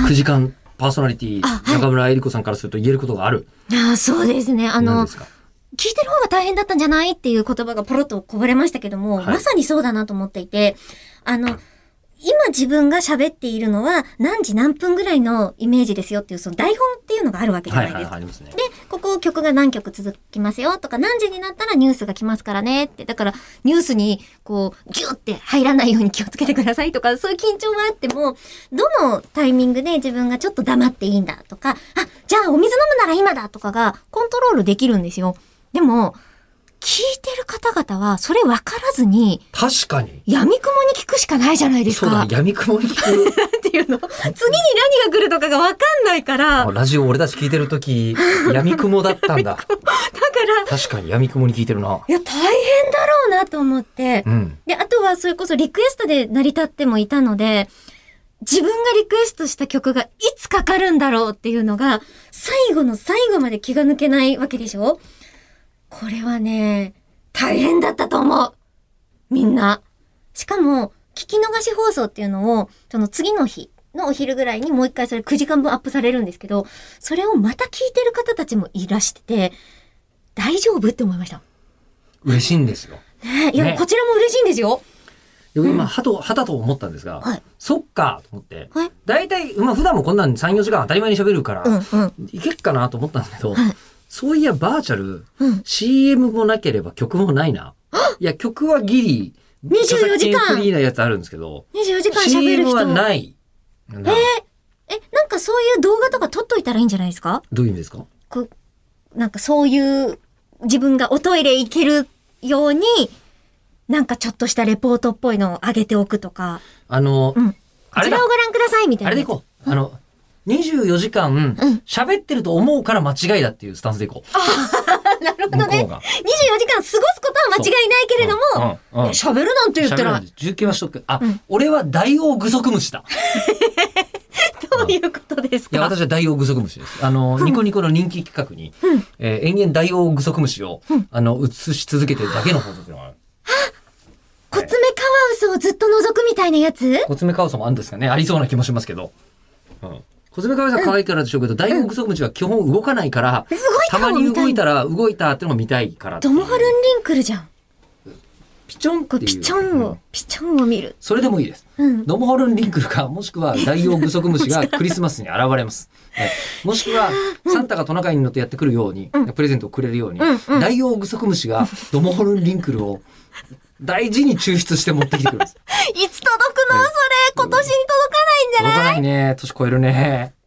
9時間パーソナリティ、中村江里子さんからすると言えることがある。 そうですね。 何ですか？ 聞いてる方が大変だったんじゃないっていう言葉がポロッとこぼれましたけども、まさにそうだなと思っていて、今自分が喋っているのは何時何分ぐらいのイメージですよっていうその台本っていうのがあるわけじゃないですか。で、ここ曲が何曲続きますよとか、何時になったらニュースが来ますからねって、だからニュースにこうギュッて入らないように気をつけてくださいとか、そういう緊張があっても、どのタイミングで自分がちょっと黙っていいんだとか、じゃあお水飲むなら今だとかがコントロールできるんですよ。でも、聞いてる方々はそれ分からずに、 確かに闇雲に聞くしかないじゃないですか。 そうだ、闇雲に聞くなんていうの、次に何が来るとかが分かんないから。 ラジオ俺たち聞いてるとき闇雲だったんだ。だから確かに闇雲に聞いてるな。 いや、大変だろうなと思って、で、あとはそれこそリクエストで成り立ってもいたので、自分がリクエストした曲がいつかかるんだろうっていうのが最後の最後まで気が抜けないわけでしょ。これはね、大変だったと思う。みんな。しかも、聞き逃し放送っていうのを、その次の日のお昼ぐらいにもう一回それ9時間分アップされるんですけど、それをまた聞いてる方たちもいらしてて、大丈夫って思いました。 嬉しいんですよ。 ね、いや、こちらも嬉しいんですよ。 でも今、はたと思ったんですが、そっかと思って、大体、普段もこんなん3、4時間当たり前に喋るから、いけっかなと思ったんですけど、そういやバーチャル、CM もなければ曲もないな。いや、曲はギリ、 24時間フリーなやつあるんですけど、 24時間喋る人 CM はない。 なんかそういう動画とか撮っといたらいいんじゃないですか？ どういう意味ですか？ なんかそういう自分がおトイレ行けるように、なんかちょっとしたレポートっぽいのを上げておくとか。こちらをご覧くださいみたいな。 あれでいこう。24時間喋ってると思うから間違いだっていうスタンスでいこう。 なるほどね。24時間過ごすことは間違いないけれども、喋るなんて言ったら。 重慶はしとく。俺はダイオウグソクムシだ。 どういうことですか？ いや、私はダイオウグソクムシです。ニコニコの人気企画に、延々ダイオウグソクムシを、映し続けてるだけの放送っていうのがある。 コツメカワウソをずっと覗くみたいなやつ？ コツメカワウソもあるんですかね。ありそうな気もしますけど。コツメカワウソは可愛いからでしょうけど、ダイオウグソクムシは基本動かないから、たまに動いたら動いたってのも見たいから。 ドモホルンリンクルじゃん。 ピチョンっていう。 ピチョンを見る。 それでもいいです。ドモホルンリンクルか、もしくはダイオウグソクムシがクリスマスに現れます。もしくは、サンタがトナカイに乗ってやってくるように、プレゼントをくれるように、ダイオウグソクムシがドモホルンリンクルを大事に抽出して持ってきてくるんです。 いつ届くのそれ、今年に届かないんじゃない？ 届かないね。年越えるね。